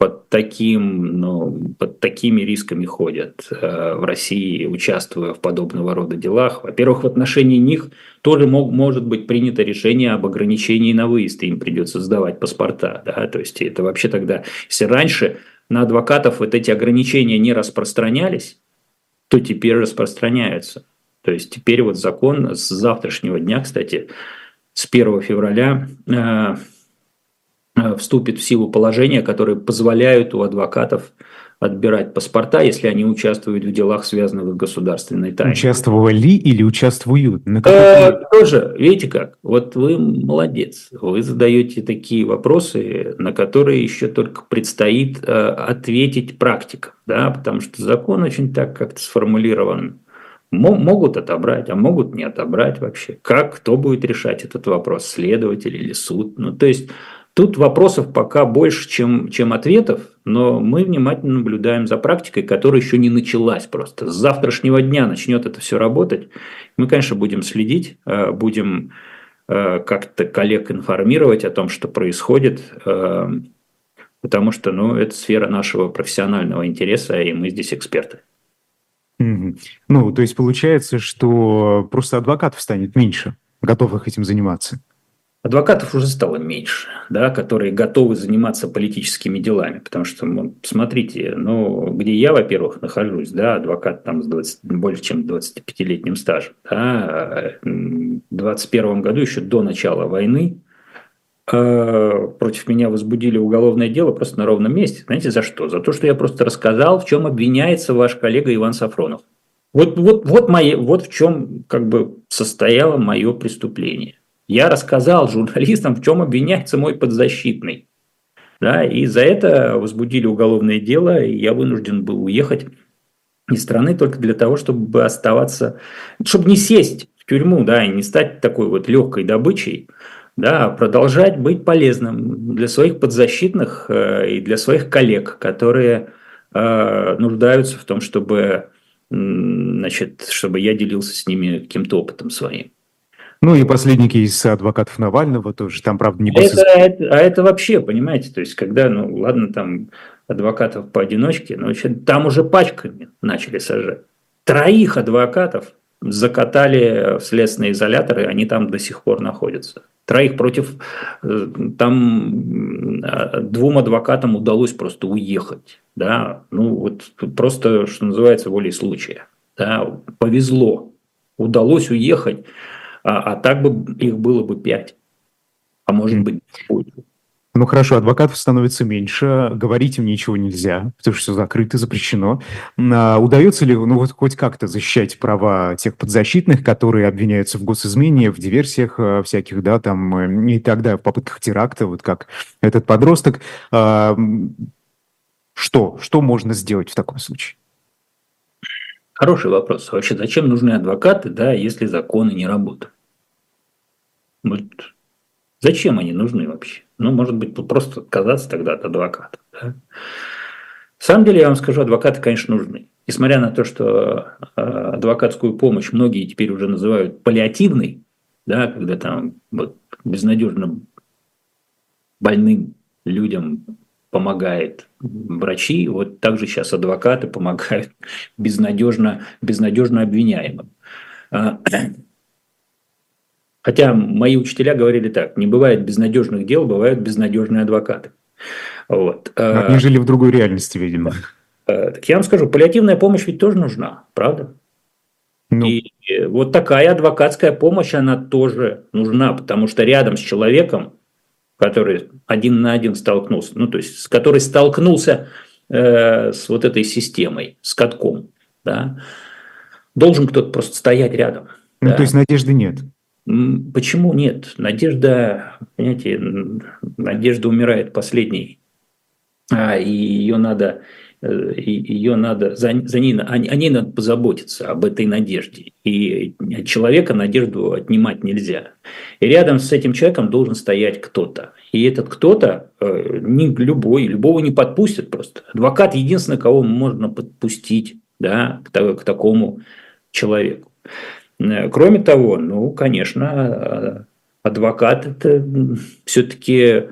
под, таким, ну, под такими рисками ходят э, в России, участвуя в подобного рода делах. Во-первых, в отношении них тоже мог, может быть принято решение об ограничении на выезд, и им придется сдавать паспорта. Да? То есть это вообще тогда, если раньше на адвокатов вот эти ограничения не распространялись, то теперь распространяются. То есть теперь вот закон с завтрашнего дня, кстати, с первого февраля э, э, вступит в силу положения, которые позволяют у адвокатов отбирать паспорта, если они участвуют в делах, связанных с государственной тайной. Участвовали или участвуют? На Э, тоже, видите как, вот вы молодец, вы задаете такие вопросы, на которые еще только предстоит э, ответить практикам, да, потому что закон очень так как-то сформулирован. Мо- Могут отобрать, а могут не отобрать вообще. Как, кто будет решать этот вопрос, следователь или суд? Ну, то есть тут вопросов пока больше, чем, чем ответов, но мы внимательно наблюдаем за практикой, которая еще не началась просто. С завтрашнего дня начнет это все работать. Мы, конечно, будем следить, э, будем э, как-то коллег информировать о том, что происходит, э, потому что, ну, это сфера нашего профессионального интереса, и мы здесь эксперты. Мгм. Ну, то есть получается, что просто адвокатов станет меньше, готовых этим заниматься. Адвокатов уже стало меньше, да, которые готовы заниматься политическими делами, потому что, ну, смотрите, ну, где я, во-первых, нахожусь, да, адвокат там с двадцать, больше чем двадцатипятилетним стажем, да, в двадцать первом году, еще до начала войны, э, против меня возбудили уголовное дело просто на ровном месте. Знаете, за что? За то, что я просто рассказал, в чем обвиняется ваш коллега Иван Сафронов. Вот, вот, вот, мои, вот в чем как бы состояло мое преступление. Я рассказал журналистам, в чем обвиняется мой подзащитный. Да, и за это возбудили уголовное дело, и я вынужден был уехать из страны только для того, чтобы оставаться, чтобы не сесть в тюрьму, да, и не стать такой вот легкой добычей, да, а продолжать быть полезным для своих подзащитных э, и для своих коллег, которые э, нуждаются в том, чтобы, м, значит, чтобы я делился с ними каким-то опытом своим. Ну и последний кейс адвокатов Навального тоже, там, правда, не А это, госизм... а это, а это вообще, понимаете, то есть, когда, ну, ладно, там адвокатов поодиночке, но вообще там уже пачками начали сажать. Троих адвокатов закатали в следственные изоляторы, они там до сих пор находятся. Троих против... э, Там э, двум адвокатам удалось просто уехать. Да? Ну, вот просто, что называется, волей случая. Да? Повезло. Удалось уехать, а, а так бы их было бы пять. А может М. быть, будет. Ну хорошо, адвокатов становится меньше, говорить им ничего нельзя, потому что все закрыто, запрещено. А удается ли, ну вот хоть как-то защищать права тех подзащитных, которые обвиняются в госизмене, в диверсиях э, всяких, да, там, э, и так далее, в попытках теракта, вот как этот подросток. А, м, что? Что можно сделать в таком случае? Хороший вопрос. Вообще, зачем нужны адвокаты, да, если законы не работают? Вот зачем они нужны вообще? Ну, может быть, просто отказаться тогда от адвоката. Да? На самом деле, я вам скажу, адвокаты, конечно, нужны. Несмотря на то, что э, адвокатскую помощь многие теперь уже называют паллиативной, да, когда там вот, безнадежно больным людям помогает врачи, вот также сейчас адвокаты помогают безнадежно, безнадежно обвиняемым. Хотя мои учителя говорили так: не бывает безнадежных дел, бывают безнадежные адвокаты. Вот. Они жили в другой реальности, видимо. Так я вам скажу, паллиативная помощь ведь тоже нужна, правда? Ну, И вот такая адвокатская помощь, она тоже нужна, потому что рядом с человеком, который один на один столкнулся, ну, то есть, с который столкнулся э, с вот этой системой, с катком, да, должен кто-то просто стоять рядом. ну Да. то есть надежды нет. М, Почему нет? Надежда, понимаете, н- надежда умирает последней, а, и ее надо, э, и ее надо за, за ней, о, о ней надо позаботиться, об этой надежде. И от человека надежду отнимать нельзя. И рядом с этим человеком должен стоять кто-то. И этот кто-то, э, не любой, любого не подпустят просто. Адвокат единственный, кого можно подпустить, да, к, та- к такому человеку. Э, Кроме того, ну, конечно, э, адвокат – это все-таки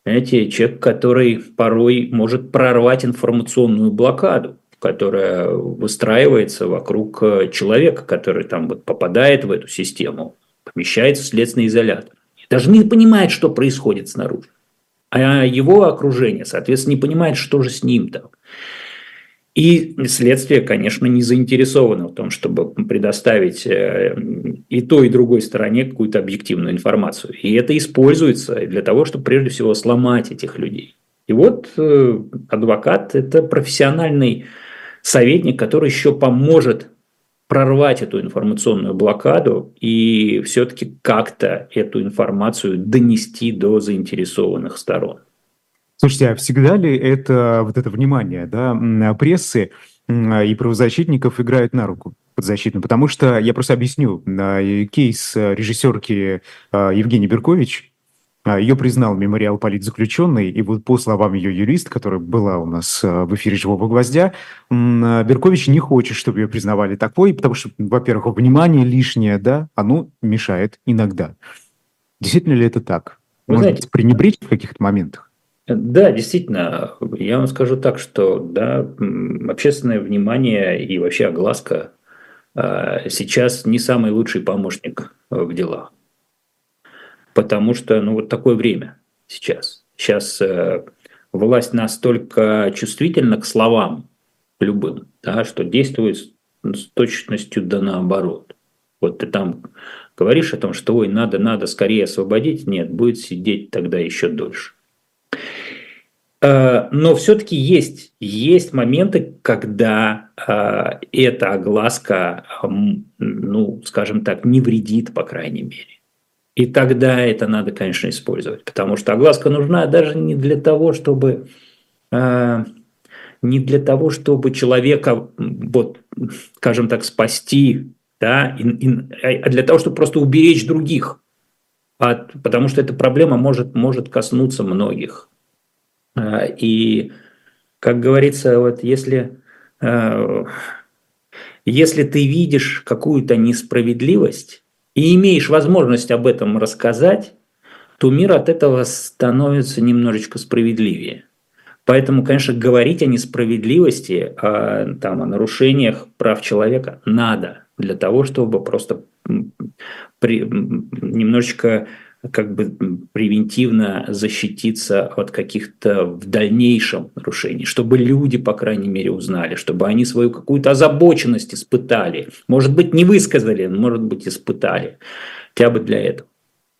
Знаете, человек, который порой может прорвать информационную блокаду, которая выстраивается вокруг человека, который там вот попадает в эту систему, помещается в следственный изолятор. Даже не понимает, что происходит снаружи. А его окружение, соответственно, не понимает, что же с ним там. И следствие, конечно, не заинтересовано в том, чтобы предоставить и той, и другой стороне какую-то объективную информацию. И это используется для того, чтобы прежде всего сломать этих людей. И вот адвокат – это профессиональный советник, который еще поможет прорвать эту информационную блокаду и все-таки как-то эту информацию донести до заинтересованных сторон. Слушайте, а всегда ли это вот это внимание, да, прессы и правозащитников играет на руку подзащитным? Потому что, я просто объясню, кейс режиссерки Евгении Беркович, ее признал мемориал политзаключенный, и вот по словам ее юриста, которая была у нас в эфире «Живого гвоздя», Беркович не хочет, чтобы ее признавали такой, потому что, во-первых, внимание лишнее, да, оно мешает иногда. Действительно ли это так? Вы Может знаете, быть, пренебречь в каких-то моментах? Да, действительно, я вам скажу так, что да, общественное внимание и вообще огласка сейчас не самый лучший помощник в делах. Потому что, ну, вот такое время сейчас. Сейчас власть настолько чувствительна к словам любым, да, что действует с точностью да наоборот. Вот ты там говоришь о том, что ой, надо, надо скорее освободить, нет, будет сидеть тогда еще дольше. Но все-таки есть, есть моменты, когда э, эта огласка, э, ну, скажем так, не вредит, по крайней мере. И тогда это надо, конечно, использовать. Потому что огласка нужна даже не для того, чтобы, э, не для того, чтобы человека, вот, скажем так, спасти, да, и, и, а для того, чтобы просто уберечь других. От, потому что эта проблема может, может коснуться многих. И, как говорится, вот если, если ты видишь какую-то несправедливость и имеешь возможность об этом рассказать, то мир от этого становится немножечко справедливее. Поэтому, конечно, говорить о несправедливости, о, там, о нарушениях прав человека надо для того, чтобы просто при, немножечко как бы превентивно защититься от каких-то в дальнейшем нарушений, чтобы люди, по крайней мере, узнали, чтобы они свою какую-то озабоченность испытали. Может быть, не высказали, может быть, испытали. Хотя бы для этого.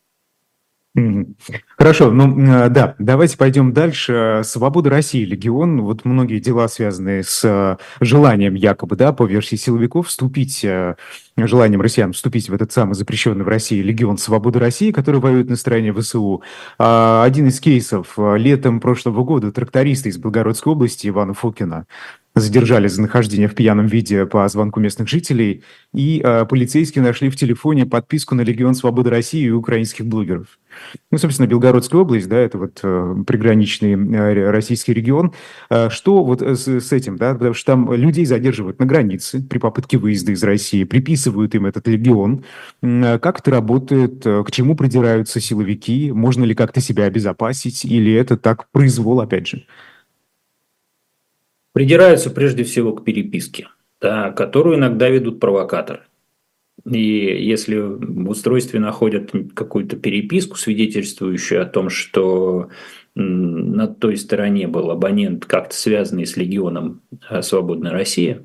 Хорошо, ну да, давайте пойдем дальше. «Свобода России», «Легион». Вот многие дела, связанные с желанием якобы, да, по версии силовиков, вступить, желанием россиян вступить в этот самый запрещенный в России «Легион Свободы России», который воюет на стороне ВСУ. Один из кейсов. Летом прошлого года тракториста из Белгородской области Ивана Фокина задержали за нахождение в пьяном виде по звонку местных жителей, и э, полицейские нашли в телефоне подписку на «Легион Свободы России» и украинских блогеров. Ну, собственно, Белгородская область, да, это вот э, приграничный э, российский регион. Э, что вот с, с этим, да, потому что там людей задерживают на границе при попытке выезда из России, приписывают им этот «Легион». Э, как это работает, э, к чему придираются силовики, можно ли как-то себя обезопасить, или это так произвол, опять же? Придираются прежде всего к переписке, да, которую иногда ведут провокаторы. И если в устройстве находят какую-то переписку, свидетельствующую о том, что на той стороне был абонент, как-то связанный с «Легионом Свободной России»,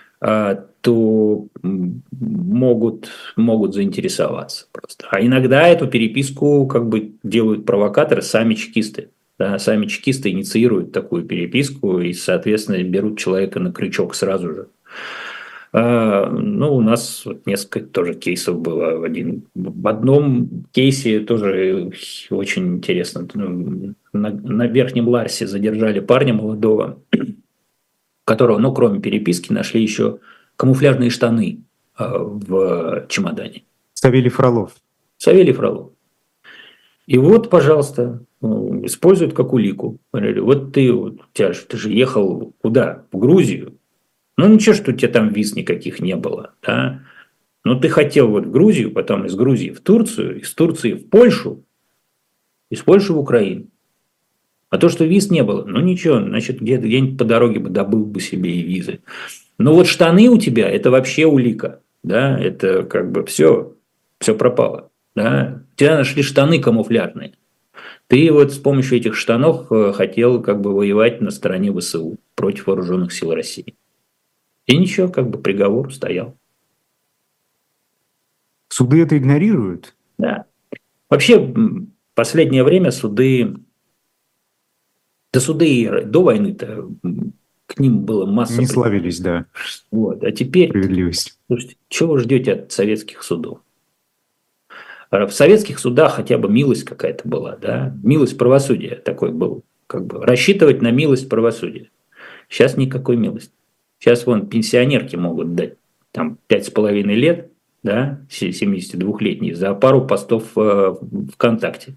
то могут, могут заинтересоваться просто. А иногда эту переписку как бы делают провокаторы, сами чекисты. Да, сами чекисты инициируют такую переписку и, соответственно, берут человека на крючок сразу же. А, ну, у нас вот несколько тоже кейсов было. В, один, в одном кейсе тоже очень интересно. На, на Верхнем Ларсе задержали парня молодого, которого, ну, кроме переписки, нашли еще камуфляжные штаны в чемодане. Савелий Фролов. Савелий Фролов. И вот, пожалуйста, используют как улику. Говорили, вот ты, вот, ты же ехал куда? В Грузию. Ну, ничего, что у тебя там виз никаких не было. Да? Но ты хотел вот в Грузию, потом из Грузии в Турцию, из Турции в Польшу, из Польши в Украину. А то, что виз не было, ну ничего, значит, где-то где-нибудь по дороге бы добыл бы себе и визы. Но вот штаны у тебя – это вообще улика, да, это как бы все, все пропало, да. У тебя нашли штаны камуфляжные. Ты вот с помощью этих штанов хотел как бы воевать на стороне ВСУ против вооруженных сил России. И ничего, как бы приговор стоял. Суды это игнорируют? Да. Вообще, в последнее время суды, да суды и до войны-то к ним было масса... Не славились, да. Вот. А теперь, Справедливость. слушайте, чего вы ждете от советских судов? В советских судах хотя бы милость какая-то была, да, милость правосудия такой был, как бы рассчитывать на милость правосудия. Сейчас никакой милости. Сейчас вон пенсионерки могут дать там пять с половиной лет, да, семидесятидвухлетние, за пару постов э, ВКонтакте.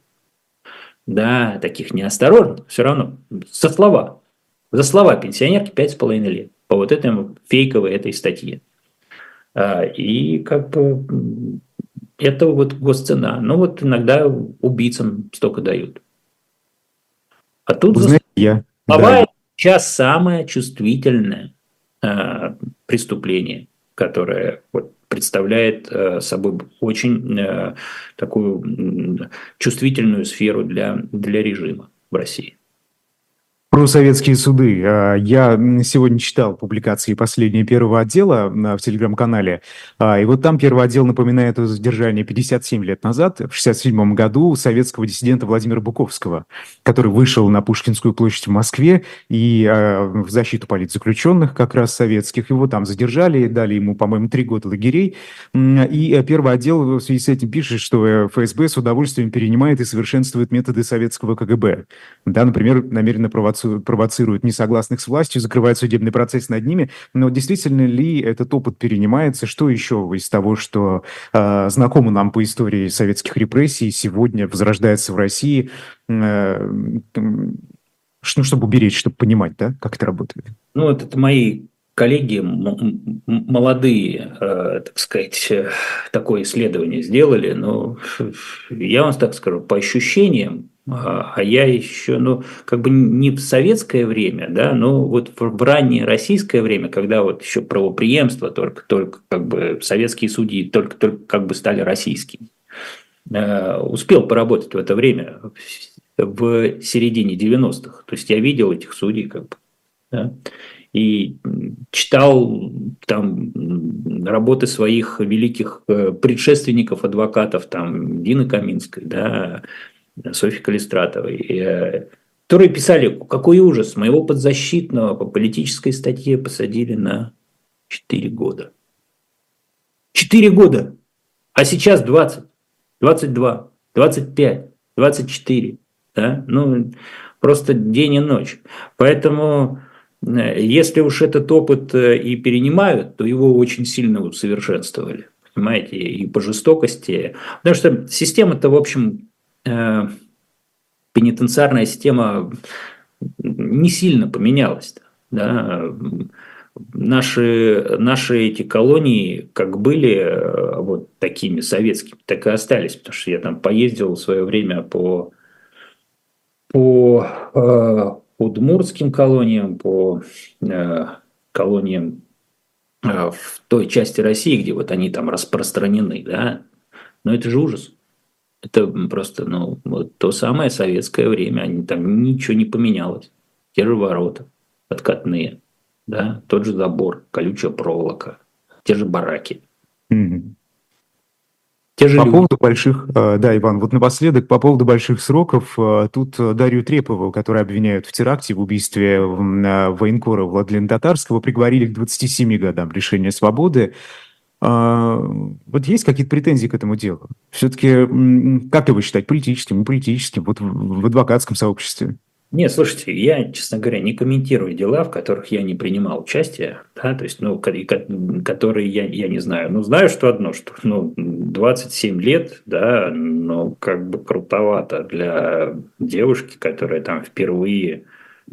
Да, таких неосторожных, все равно, за слова. За слова пенсионерки пять с половиной лет. По вот этому фейковой этой статье. А, и как бы... Это вот госцена. Ну вот иногда убийцам столько дают. А тут Вы знаете, я, слова да. сейчас самое чувствительное э, преступление, которое вот, представляет э, собой очень э, такую э, чувствительную сферу для, для режима в России. Про советские суды. Я сегодня читал публикации последние Первого отдела в телеграм-канале, и вот там Первый отдел напоминает о задержании пятьдесят семь лет назад, в шестьдесят седьмом году, советского диссидента Владимира Буковского, который вышел на Пушкинскую площадь в Москве и в защиту политзаключенных, как раз советских, его там задержали, дали ему, по-моему, три года лагерей, и Первый отдел в связи с этим пишет, что ФСБ с удовольствием перенимает и совершенствует методы советского КГБ. Да, например, намеренно провоцирует провоцируют несогласных с властью, закрывают судебный процесс над ними. Но действительно ли этот опыт перенимается? Что еще из того, что э, знакомо нам по истории советских репрессий, сегодня возрождается в России, э, ну, чтобы уберечь, чтобы понимать, да, как это работает? Ну, вот это мои коллеги молодые, э, так сказать, такое исследование сделали, но я вам так скажу, по ощущениям, а я еще, ну, как бы не в советское время, да, но вот в раннее российское время, когда вот еще правопреемство, только, только как бы советские судьи только, только как бы стали российскими, успел поработать в это время, в середине девяностых. То есть я видел этих судей, как бы, да, и читал там работы своих великих предшественников, адвокатов, там Дины Каминской, да, Софьи Калистратовой, которые писали, какой ужас, моего подзащитного по политической статье посадили на четыре года. четыре года! А сейчас двадцать, двадцать два, двадцать пять, двадцать четыре. Да? Ну, просто день и ночь. Поэтому, если уж этот опыт и перенимают, то его очень сильно усовершенствовали. Понимаете, и по жестокости. Потому что система-то, в общем, пенитенциарная система не сильно поменялась. Да? Наши, наши эти колонии как были вот такими советскими, так и остались. Потому что я там поездил в свое время по, по э, удмуртским колониям, по э, колониям э, в той части России, где вот они там распространены. Да? Но это же ужас. Это просто, ну, вот то самое советское время, они, там ничего не поменялось. Те же ворота откатные, да, тот же забор, колючая проволока, те же бараки. Mm-hmm. Те же по люди. поводу больших, да, Иван, вот напоследок, по поводу больших сроков, тут Дарью Трепову, которую обвиняют в теракте, в убийстве военкора Владлена Татарского, приговорили к двадцати семи годам лишения свободы. Вот есть какие-то претензии к этому делу? Все-таки, как его считать, политическим, не политическим, вот в адвокатском сообществе? Нет, слушайте, я, честно говоря, не комментирую дела, в которых я не принимал участие, да, то есть, ну, которые я, я не знаю. Ну, знаю, что одно, что, ну, двадцать семь лет, да, ну, как бы крутовато для девушки, которая там впервые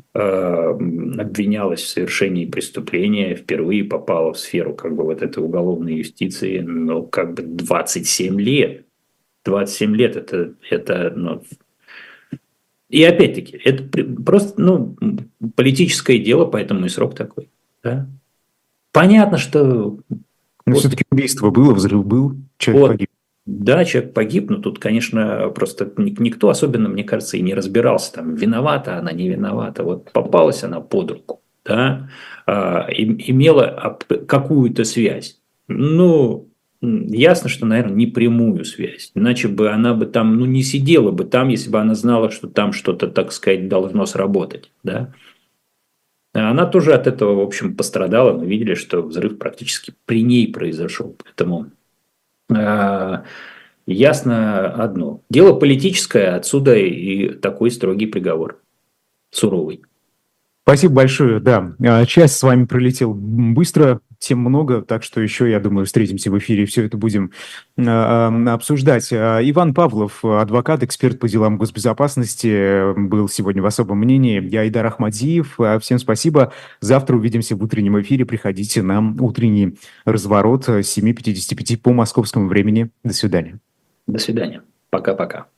обвинялась в совершении преступления, впервые попала в сферу как бы вот этой уголовной юстиции, ну, как бы двадцать семь лет. двадцать семь лет это, это ну, И опять-таки, это просто ну, политическое дело, поэтому и срок такой. Да? Понятно, что... Но вот, все-таки убийство было, взрыв был, человек вот, погиб. Да, человек погиб, но тут, конечно, просто никто особенно, мне кажется, и не разбирался, там, виновата она, не виновата. Вот попалась она под руку, да, а, имела какую-то связь. Ну, ясно, что, наверное, не прямую связь. Иначе бы она бы там, ну, не сидела бы там, если бы она знала, что там что-то, так сказать, должно сработать, да. Она тоже от этого, в общем, пострадала. Мы видели, что взрыв практически при ней произошел. Поэтому... Ясно одно. Дело политическое, отсюда и такой строгий приговор. Суровый. Спасибо большое, да. Час с вами пролетел быстро, тем много, так что еще, я думаю, встретимся в эфире и все это будем обсуждать. Иван Павлов, адвокат, эксперт по делам госбезопасности, был сегодня в особом мнении. Я Айдар Ахмадиев. Всем спасибо. Завтра увидимся в утреннем эфире. Приходите на утренний разворот с семи пятидесяти пяти по московскому времени. До свидания. До свидания. Пока-пока.